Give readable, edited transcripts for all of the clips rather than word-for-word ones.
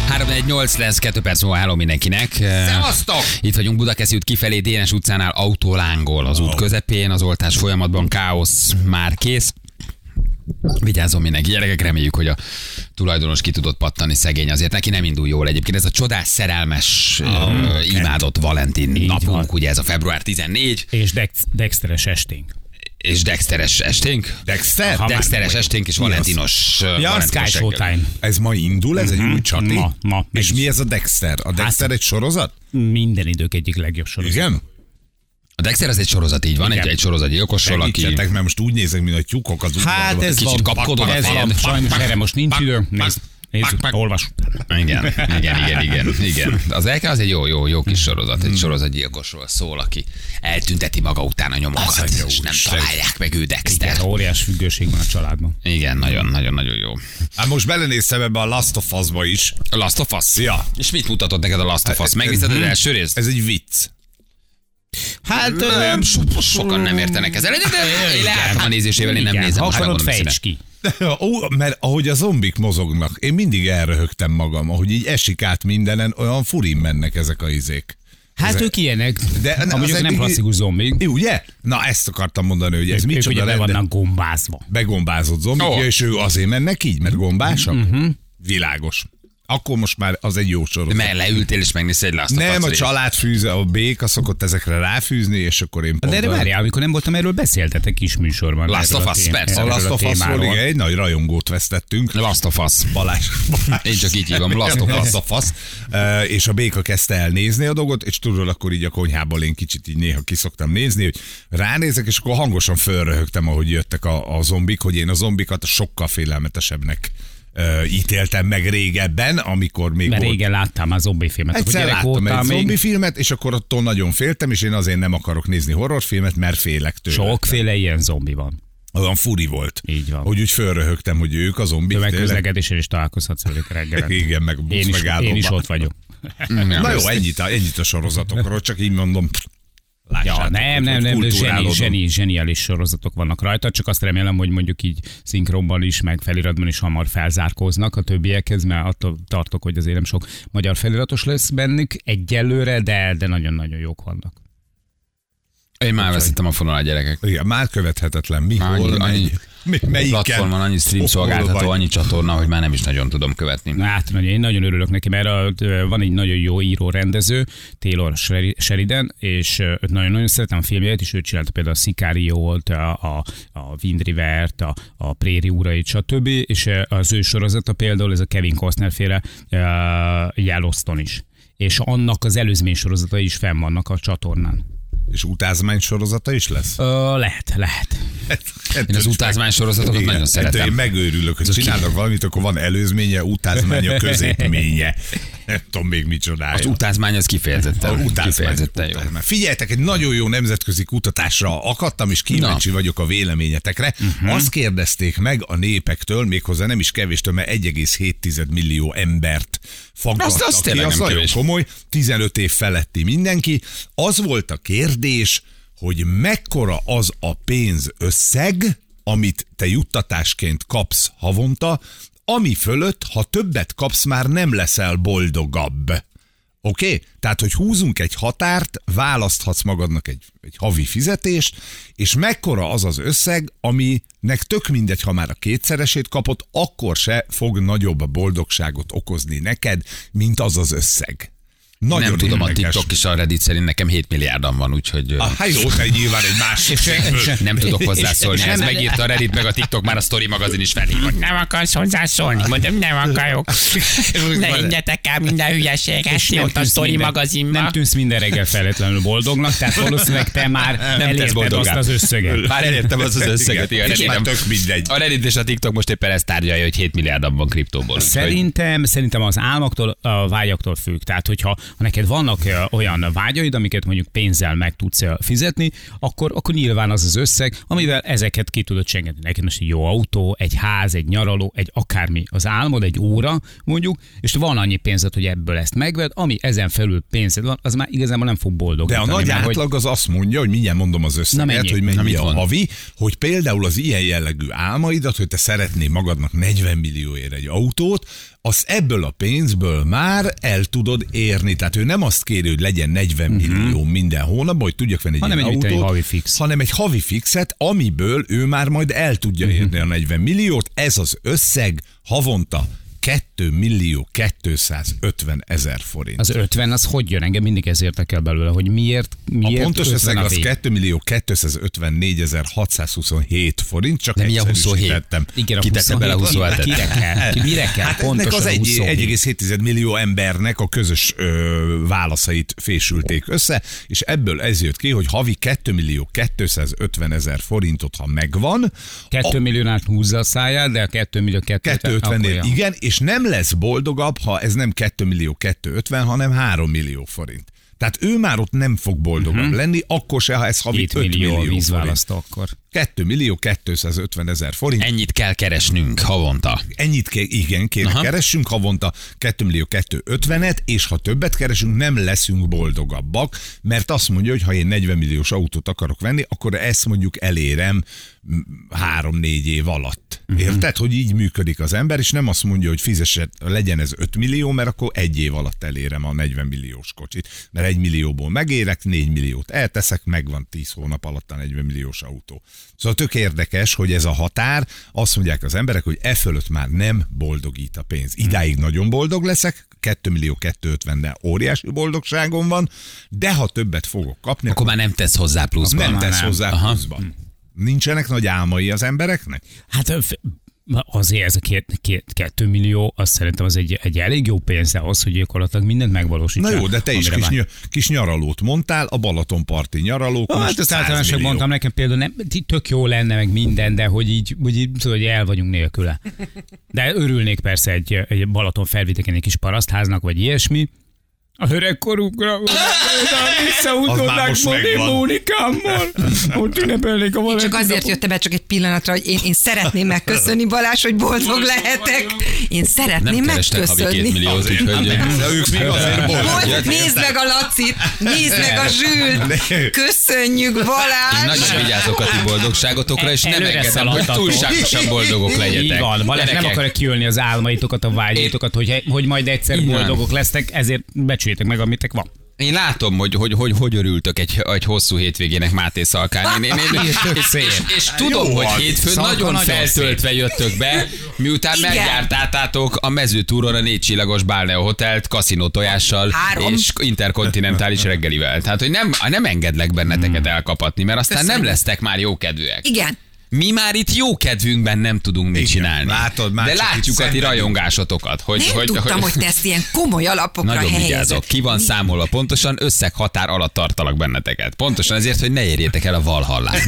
3-1-8 lesz, 2 perc múlva, hello mindenkinek. Szevasztok! Itt vagyunk Budakeszi út kifelé, Dénes utcánál, autó lángol az út közepén, az oltás folyamatban, káosz már kész. Vigyázzon mindenki, gyerekek, reméljük, hogy a tulajdonos ki tudott pattani, szegény, azért neki nem indul jól egyébként. Ez a csodás, szerelmes, imádott Valentin napunk, ugye ez a február 14. És Dexteres esténk. És Dexteres esténk? Dexteres esténk és valentinos. Ja, Sky Showtime. Ez ma indul, ez egy új csati? Ma. És mi ez a Dexter? A Dexter egy sorozat? Minden idők egyik legjobb sorozat. Igen? A Dexter az egy sorozat, így van, egy sorozatgyilkosról, aki... Segítsetek, mert most úgy nézek, mint a tyúkok az udvarban. Hát ez kicsit kapkodod a fejed. Sajnos erre most nincs idő. Nézzük, olvas. Igen. Az LK az egy jó kis sorozat, egy sorozatgyilkosról szól, aki eltünteti maga után a nyomokat, és nem találják meg ő Dexter. Igen, óriás függőség van a családban. Igen, nagyon jó. Hát most belenéztem ebbe a Last of Us-ba is. A Last of Us? Ja. És mit mutatott neked a Last of Us? Megnézted az első részt? Ez egy vicc. Hát sokan nem értenek ezzel, de én leálltam a nézésével, én nem nézem. Ha akarod, fejtsd ki. Mert ahogy a zombik mozognak, én mindig elröhögtem magam, ahogy így esik át mindenen, olyan furin mennek ezek a izék. Hát ők ilyenek, de mondjuk nem klasszikus zombik. Ugye? Na ezt akartam mondani, hogy ez micsoda. Ők ugye be vannak gombázva. Begombázott zombik, és ő azért mennek így, mert gombásak? Világos. Akkor most már az egy jó sorozat. Mert leültél és megnézted egy Last of Us Nem, a részt. család fűze, a béka szokott ezekre ráfűzni, és akkor én De várjál, amikor nem voltam, erről beszéltetek kis műsorban. Last of Us, persze. A Last of Us-ról igen, egy nagy rajongót vesztettünk. Last of Us. Balázs. Én csak így hívom, Last of Us. És a béka kezdte el nézni a dolgot, és tudod, akkor így a konyhából én kicsit így néha kiszoktam nézni, hogy ránézek, és akkor hangosan fölröhögtem, ahogy jöttek a zombik, hogy én a zombikat sokkal félelmetesebbnek ítéltem meg régebben, amikor még mert volt. régen láttam már zombifilmet. Egyszer láttam egy zombifilmet, és akkor attól nagyon féltem, és én azért nem akarok nézni horrorfilmet, mert félek tőle. Sokféle ilyen zombi van. Olyan furi volt. Így van. Hogy úgy fölröhögtem, hogy ők a zombik. Tömegközlekedésen is találkozhatsz velük reggel. Igen, meg busz megállóban. Én is ott vagyok. Na jó, ennyit a sorozatokról, csak így mondom. Lássátok, nem, zseniális sorozatok vannak rajta, csak azt remélem, hogy mondjuk így szinkronban is, meg feliratban is hamar felzárkóznak a többiekhez, mert attól tartok, hogy azért nem sok magyar feliratos lesz bennük egyelőre, de nagyon-nagyon jók vannak. Én már veszítem a fonalat, gyerekek. Igen, már követhetetlen. Mi? Annyi platformon, annyi stream szolgáltató, annyi csatorna, hogy már nem is nagyon tudom követni. Hát, én nagyon örülök neki, mert van egy nagyon jó író-rendező, Taylor Sheridan, és őt nagyon-nagyon szeretem a filmjeit, és ő csinálta például a Sicario-t, a Wind River-t, a Préri úrait, stb. És az ő sorozata például, ez a Kevin Costner féle Yellowstone is. És annak az előzmény sorozatai is fenn vannak a csatornán. És utázmány sorozata is lesz? Lehet. Én az utázmány sorozatokat nagyon szeretem. Én megőrülök, hogy csinálnak valamit, akkor van előzménye, utázmánya, középménye. Nem tudom még micsodája. Az utázmány az kifejezetten jó. Figyeljetek, egy nagyon jó nemzetközi kutatásra akadtam, és kíváncsi vagyok a véleményetekre. Azt kérdezték meg a népektől, méghozzá nem is kevéstől, mert 1,7 millió embert faggattak azt ki. Az nagyon komoly, 15 év feletti mindenki. Az volt a kérdés, hogy mekkora az a pénzösszeg, amit te juttatásként kapsz havonta, ami fölött, ha többet kapsz, már nem leszel boldogabb. Oké? Tehát, hogy húzunk egy határt, választhatsz magadnak egy havi fizetést, és mekkora az az összeg, aminek tök mindegy, ha már a kétszeresét kapod, akkor se fog nagyobb boldogságot okozni neked, mint az az összeg. Nagyon nem tudom, érdekes. a TikTok és a Reddit szerint nekem 7 milliárdan van, úgyhogy... Hát jó, te nyilván egy másik nem tudok hozzászólni. Ez megírta a Reddit, meg a TikTok, már a Story magazin is felhívott. Nem akarsz hozzászólni? Mondom, nem akarok. Ne indjetek el minden hülyeséget, ott a Story magazinban. Nem tűnsz minden reggel feltétlenül boldognak, tehát valószínűleg te már elérted azt az összeget. Már elértem azt az összeget. Igen, tök mindegy. A Reddit és a TikTok most éppen ezt tárgyalja, hogy 7 milliárdan van kriptóból. Szerintem az álmoktól, a vágyaktól függ. Tehát, hogyha Ha neked vannak olyan vágyaid, amiket mondjuk pénzzel meg tudsz fizetni, akkor nyilván az összeg, amivel ezeket ki tudod csengeni. Neked most egy jó autó, egy ház, egy nyaraló, egy akármi az álmod, egy óra mondjuk, és van annyi pénzed, hogy ebből ezt megved, ami ezen felül pénzed van, az már igazából nem fog boldogítani. De a nagy átlag az azt mondja, hogy mindjárt mondom az összeget, hogy mennyi a havi, hogy például az ilyen jellegű álmaidat, hogy te szeretnél magadnak 40 millióért egy autót, az ebből a pénzből már el tudod érni. Tehát ő nem azt kéri, hogy legyen 40 millió minden hónapban, hogy tudjak venni egy autót, havi fix. hanem egy havi fixet, amiből ő már majd el tudja érni a 40 milliót. Ez az összeg havonta 2.250.000 forint. Az 50 az hogy jön? Engem mindig ez érdekel belőle, hogy miért a pontos összeg az 2.255.627 forint, csak de mi a 27? Igen, kitette bele a 27-et. Mire kell pontosan az 27? 1,7 millió embernek a közös válaszait fésülték össze, és ebből ez jött ki, hogy havi 2.250.000 forintot, ha megvan. 2 milliónál húzza a száját, de a 2.250.000 igen, és nem lesz boldogabb, ha ez nem 2.250.000, hanem 3 millió forint. Tehát ő már ott nem fog boldogabb lenni, akkor se, ha ez havi 5 millió vízválasztó akkor. 2.250.000 forint. Ennyit kell keresnünk havonta. Ennyit keressünk havonta 2.250.000, és ha többet keresünk, nem leszünk boldogabbak, mert azt mondja, hogy ha én 40 milliós autót akarok venni, akkor ezt mondjuk elérem 3-4 év alatt. Érted, hogy így működik az ember, és nem azt mondja, hogy legyen ez 5 millió, mert akkor 1 év alatt elérem a 40 milliós kocsit. Mert 1 millióból megérek, 4 milliót elteszek, megvan 10 hónap alatt a 40 milliós autó. Szóval tök érdekes, hogy ez a határ, azt mondják az emberek, hogy e fölött már nem boldogít a pénz. Idáig nagyon boldog leszek, 2.250.000-nel óriási boldogságom van, de ha többet fogok kapni, akkor már nem tesz hozzá pluszban. Nem tesz hozzá pluszban. Nincsenek nagy álmai az embereknek? Hát azért ez a 2 millió, azt szerintem az egy elég jó pénz ahhoz, hogy gyakorlatilag mindent megvalósítsák. Na jó, de te is kis nyaralót mondtál, a Balatonparti nyaralók. Hát ezt általánosan mondtam nekem például, nem, tök jó lenne meg minden, de hogy így hogy el vagyunk nélküle. De örülnék persze egy Balaton felvidéken egy kis parasztháznak, vagy ilyesmi. A öregkorunkra visszautódnák Mónikámmal. Ott ünnepelnék a Valentin. Csak azért jöttem be csak egy pillanatra, hogy én szeretném megköszönni, Balázs, hogy boldog lehetek. Én szeretném megköszönni. Nem 2 milliót, úgyhogy ők még azért boldog. Nézd meg a Lacit, nézd meg a Zsült. Köszönjük, Balázs. Én nagyon vigyázok a ti boldogságotokra, és nem engedem, hogy túlságosan boldogok legyetek. Így van, Balázs nem akarok kiölni az álmaitokat, a vágyaitokat, hogy majd egyszer boldogok lesztek, ezért becsüljétek meg, amitek van. Én látom, hogy örültök egy hosszú hétvégének Máté Szalkán. És tudom, hogy hétfőn nagyon feltöltve jöttök be, miután meggyártáltátok a mezőtúron a 4 csillagos Balneo Hotelt kaszinó tojással és interkontinentális reggelivel. Tehát, hogy nem engedlek benneteket elkapatni, mert aztán nem lesztek már jókedvűek. Igen. Mi már itt jó kedvünkben nem tudunk mit csinálni. Látod, már de látjuk a ti rajongásotokat. Nem tudtam, hogy te ezt ilyen komoly alapokra nagyon helyezed. vigyázok. Ki van számolva pontosan, összeghatár alatt tartalak benneteket. Pontosan ezért, hogy ne érjétek el a Valhallát.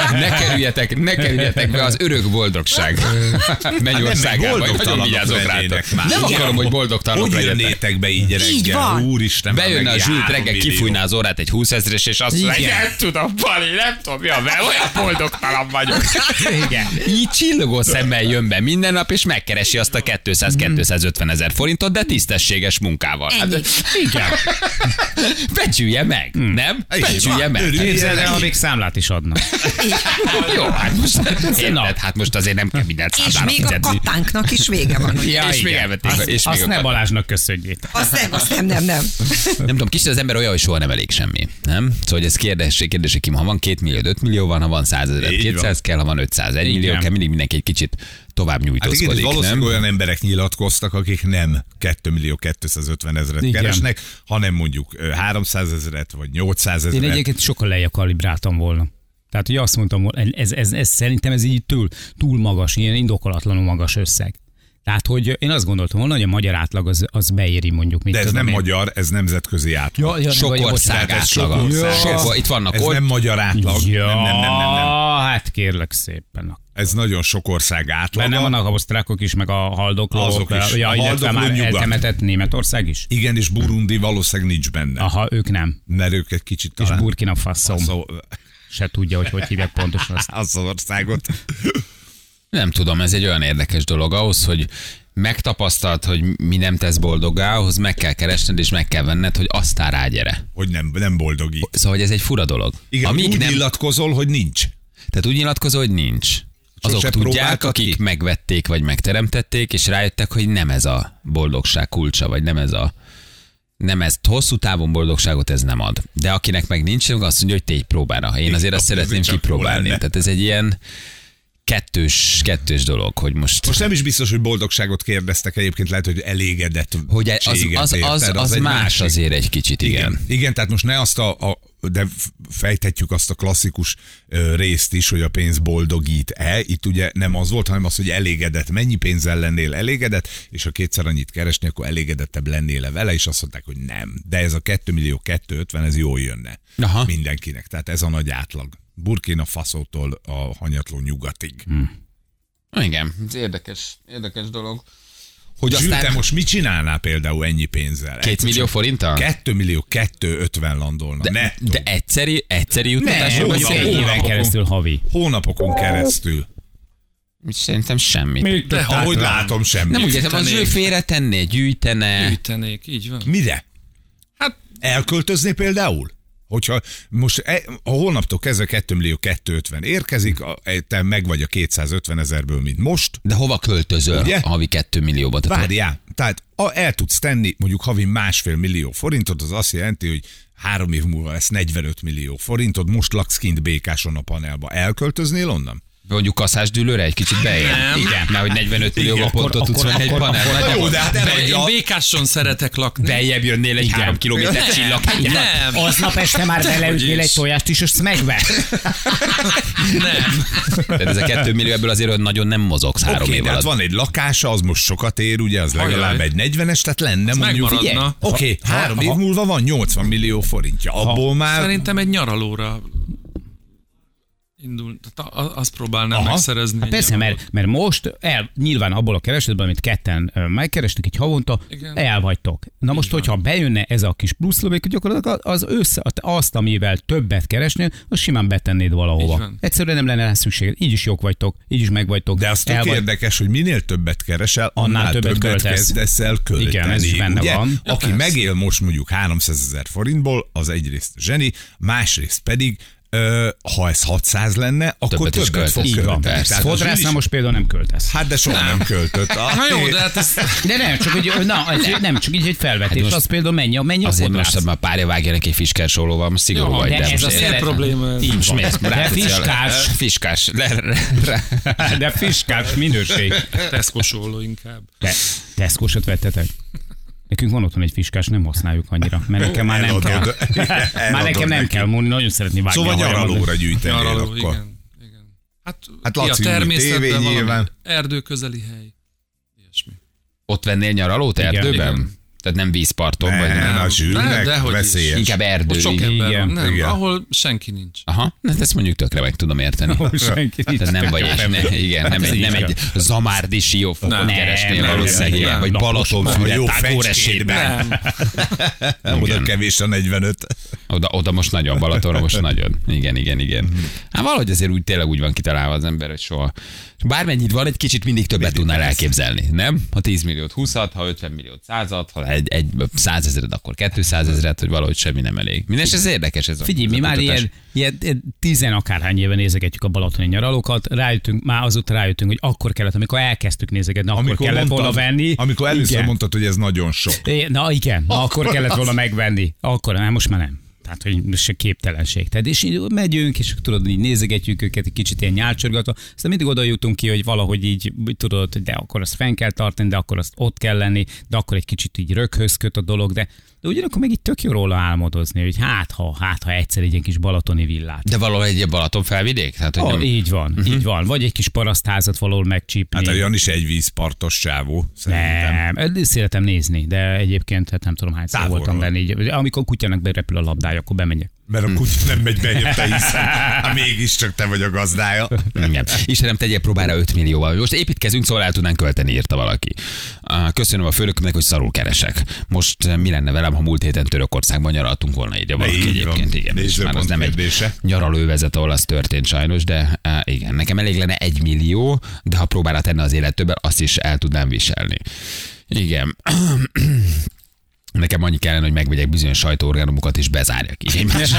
Ne kerüljetek be az örök boldogság mennyországába. Nagyon vigyázok rátok. Nem akarom, hogy boldogtalanok legyetek. Hogy jönnétek be így reggel? Úristen, bejönne a Zsült reggel, kifújná az orrát egy 20 000-es, és azt mondja, nem tudom, Bali, nem tudom, mi a vel, olyan boldogtalan vagyok. Igen. Így csillogó szemmel jön be minden nap, és megkeresi azt a 200-250 000 forintot, de tisztességes munkával. Hát, igen. Becsülje meg, nem? Becsülje meg. Képzeld el, ha még számlát is adnak. Jó, hát most érted, hát most azért nem kell mindent számlára fizetni. És még a katánknak is vége van. Ja, és még elvették. Azt ne Balázsnak köszönjék. Azt nem. Nem tudom, kicsit az ember olyan, hogy soha nem elég semmi. Nem? Szóval, hogy ez kérdés, Kim, ha van 2 millió, 5 millió van, ha van 100 000, 200 kell, ha van 500, 1 millió kell, mindig mindenki egy kicsit tovább nyújtózkodik. Hát igen, valószínűleg olyan emberek nyilatkoztak, akik nem 2.250.000 keresnek, hanem mondjuk 300 000 vagy 800 000. Én egyébként sokkal lejjebb kalibráltam volna. Tehát, hogy azt mondtam, ez szerintem ez így túl magas, ilyen indokolatlanul magas összeg. Tehát, hogy én azt gondoltam volna, hogy a magyar átlag az beéri mondjuk. De ez nem magyar, ez nemzetközi átlag. Sok ország átlaga. Itt vannak Ez nem magyar átlag. Ja, Nem. hát kérlek szépen. Ez nagyon sok ország átlaga. Benne vannak a osztrákok is, meg a haldoklók. Azok is. Ja, A illetve haldokló már nyugat. eltemetett Németország is. Igen, és Burundi valószínűleg nincs benne. Aha, ők nem. Mert ők egy kicsit És talán... Burkina Faso se tudja, hogy hívják pontosan azt. Az országot. Nem tudom, ez egy olyan érdekes dolog ahhoz, hogy megtapasztalt, hogy mi nem tesz boldoggá, ahhoz meg kell keresned, és meg kell venned, hogy aztán rágyere. Hogy nem boldogít. Szóval, hogy ez egy fura dolog. Igen, úgy nyilatkozol, hogy nincs. Tehát úgy nyilatkozol, hogy nincs. Azok Sose tudják, próbáltad akik ki? megvették, vagy megteremtették, és rájöttek, hogy nem ez a boldogság kulcsa, vagy nem ez hosszú távon boldogságot ez nem ad. De akinek meg nincs, azt mondja, hogy tégy próbára. Én azért azt szeretném csak jó kipróbálni. lenne. Tehát ez egy ilyen kettős dolog, hogy most nem is biztos, hogy boldogságot kérdeztek, egyébként lehet, hogy elégedett. hogy az egy más másik. azért egy kicsit, igen. Igen, tehát most ne azt de fejthetjük azt a klasszikus részt is, hogy a pénz boldogít-e. Itt ugye nem az volt, hanem az, hogy elégedett. Mennyi pénzzel lennél elégedett, és ha kétszer annyit keresni, akkor elégedettebb lennél vele, és azt mondták, hogy nem. De ez a 2.250.000, ez jól jönne. Aha. Mindenkinek. Tehát ez a nagy átlag. Burkina Faszótól a hanyatló nyugatig. Igen, ez érdekes dolog. Hogy Zsül, aztán te most mit csinálnál például ennyi pénzzel? 2 millió forinttal? 2.250.000 landolna. De egyszeri juttatásról Nem, beszélünk? Egy éven keresztül havi. Hónapokon keresztül. Szerintem semmit. De ahogy látom, semmi. Nem úgy értem, az ő félretenné, gyűjtene. Gyűjtenék, így van. Mire? Hát Elköltözni például? Hogyha most a holnaptól kezdve 2.250.000 érkezik, te meg vagy a 250.000-ből, mint most. De hova költözöl Ugye? a havi 2 millióba? Várjál, tehát el tudsz tenni mondjuk havi 1,5 millió forintot, az azt jelenti, hogy 3 év múlva lesz 45 millió forintod, most laksz kint Békáson a panelba. Elköltöznél onnan? Mondjuk kasszásdűlőre egy kicsit beér. Nem. Igen. Mert hogy 45 millióba pontot tudsz venni egy panel. Jó, de hát én Békáson szeretek lakni. Beljebb jönnél egy 3 kilométer csillaghegyen. Nem. Aznap este már beleütnél egy tojást is, és megver. Nem. Tehát ez a 2 millió ebből azért nagyon nem mozogsz 3 Oké, év de hát alatt. van egy lakása, az most sokat ér, ugye, az legalább egy 40-es, tehát lenne mondjuk. megmaradna. Oké, 3 év múlva van 80 millió forintja. Abból már... Szerintem egy nyaralóra indul. Tehát azt próbálnám Aha. megszerezni. Hát persze, mert most nyilván abból a keresetből, amit ketten megkerestek egy havonta, Igen. elvagytok. Na most, hogyha bejönne ez a kis plusz lövés, gyakorlatilag azt, amivel többet keresnél, azt simán betennéd Így valahova. van. Egyszerűen nem lenne rá szükséged. Így is jók vagytok, így is megvagytok. De az tök érdekes, hogy minél többet keresel, annál többet költesz. kezdesz el költeni. Igen, ez is benne ugye? van. Aki persze. megél most mondjuk 300.000 forintból, az egyrészt zseni, másrészt pedig ha ez 600 lenne, akkor Többet is többet fog költesz. Így van, költeni. persze. Tehát az Fodrász, is- na most például nem költesz. Hát de soha nem költött. Na jó, de hát ez... De nem, csak így egy felvetés. Hát most- Az például mennyi a Azért fodrász. most már párja vágja neki fiskás sólóval, most szigorú Jó, vagy. de ez most a én- Miért probléma ez? Így van. De fiskás. Fiskás. De fiskás minőség. Tesco-sóló inkább. De Tesco-sot vettetek? Nekünk van otthon egy fiskás, nem használjuk annyira, mert nekem már nem kell. Eladod. Már Eladod nekem nem neki. kell mondani, nagyon szeretni vágni. Szóval a hajamat. nyaralóra gyűjtenél Nyaraló, akkor. igen. Hát Hát ki a Laci új természetben tévé valami nyilván. erdő közeli hely. Ilyesmi. Ott vennél nyaralót Igen. erdőben? Igen. Tehát nem vízparton, vagy Nem, nem. a zsűrnek dehogy is. veszélyes. Inkább erdő. Ott sok így. ember Igen. van. Nem, Igen. ahol senki nincs. Aha, hát ezt mondjuk tökre meg tudom érteni. Senki nincs. Tehát nem vagy igen, nem egy zamárdi siófokot Nem. keresnél Nem, valószínűleg, nem, ilyen, nem. vagy Balatonfüred, Jó tágór fecskédben. esélyben. Oda kevés a 45. Oda most nagyon, Balatonra most nagyon. Igen. Hát valahogy azért úgy tényleg úgy van kitalálva az ember, hogy soha. Bármennyit van, egy kicsit mindig többet tudnál elképzelni, nem? Ha 10 milliót 20-at, ha 50 milliót 100-at, ha egy 100 000-et, akkor 200 000-et, hogy valahogy semmi nem elég. Mindenes ez érdekes ez a Figyelj, mi ez a már kutatás. ilyen 10 akárhány éve nézegetjük a balatoni nyaralókat, már azóta rájöttünk, hogy akkor kellett, amikor elkezdtük nézegetni, akkor kellett volna venni. Amikor először Igen. mondtad, hogy ez nagyon sok. Na igen, akkor kellett volna megvenni. Akkor nem, most már nem. Tehát, hogy se képtelenség. Tehát, és így megyünk, és tudod, így nézegetjük őket, egy kicsit ilyen nyálcsorgatva, aztán mindig oda jutunk ki, hogy valahogy így, tudod, de akkor azt fenn kell tartani, de akkor azt ott kell lenni, de akkor egy kicsit így röghöz köt a dolog, de ugyanakkor meg így tök jó róla álmodozni, hogy hát ha egyszer egy ilyen kis balatoni villát. De valahol egy Balaton felvidék? Tehát, hogy nem... Így van, így van. Vagy egy kis parasztházat valahol megcsípni. Hát olyan is egy vízpartos csávó, szerintem. Nem, szeretem nézni, de egyébként hát nem tudom hányszor Távolról. voltam benne. Így, amikor kutyának berepül a labdája, akkor bemegyek. Mert a kutya nem megy be, te hiszem. Hát mégiscsak te vagy a gazdája. Igen. Istenem, tegyél próbára 5 millióval. Most építkezünk, szóval el tudnánk költeni, írta valaki. Köszönöm a főnökömnek, hogy szarul keresek. Most mi lenne velem, ha múlt héten Törökországban nyaraltunk volna, ide valaki Így van. egyébként. Igen. És már az nem egy Kérdése. nyaralóvezet, ahol az történt sajnos, de igen, nekem elég lenne 1 millió, de ha próbára tenne az élet többet, azt is el tudnám viselni. Igen. Nekem annyi kellene, hogy megvegyek bizonyos sajtóorgánumokat és bezárjak így egymás.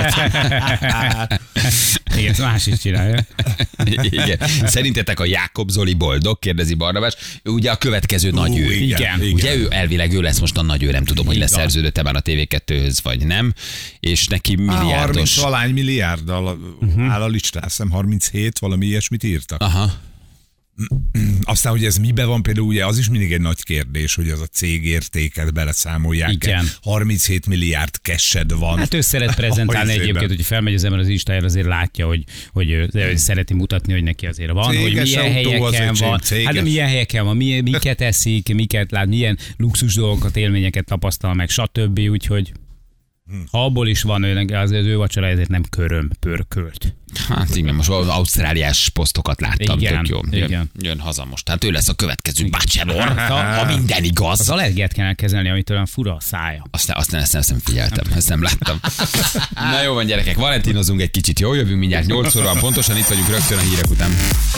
Igen, ezt más is csinálja. Igen. Szerintetek a Jákob Zoli boldog? Kérdezi Barnabás. Ő ugye a következő nagy ő. igen. Ugye ő elvileg ő lesz most a nagy ő, nem tudom, hogy Így van. leszerződött ebben a TV2-höz, vagy nem. És neki 30 milliárdos... valány milliárddal áll a listán, azt hiszem 37, valami ilyesmit írtak. Aha. Aztán, hogy ez mibe van, például ugye az is mindig egy nagy kérdés, hogy az a cégértéket beleszámolják. Igen. 37 milliárd cash-ed van. Hát ő szeret prezentálni izében. egyébként, hogy felmegy az ember az Instájára, azért látja, hogy ő szereti mutatni, hogy neki azért van, Céges hogy milyen autó az, helyeken öcsém, van. céges. Hát de milyen helyeken van, miket eszik, miket lát, milyen luxus dolgokat, élményeket tapasztal meg, stb. Úgyhogy ha abból is van, az ő vacsora ezért nem köröm, pörkölt. Hát igen, most ausztráliás posztokat láttam, Igen, tök jó. igen. Jön haza most. Tehát ő lesz a következő bachelor, ha minden igaz. Az allergiát kellene kezelni, amitől olyan fura a szája. Azt nem figyeltem, ezt nem láttam. Na jó van, gyerekek, valentinozunk egy kicsit, jó? Jövünk mindjárt 8 óra, pontosan itt vagyunk rögtön a hírek után.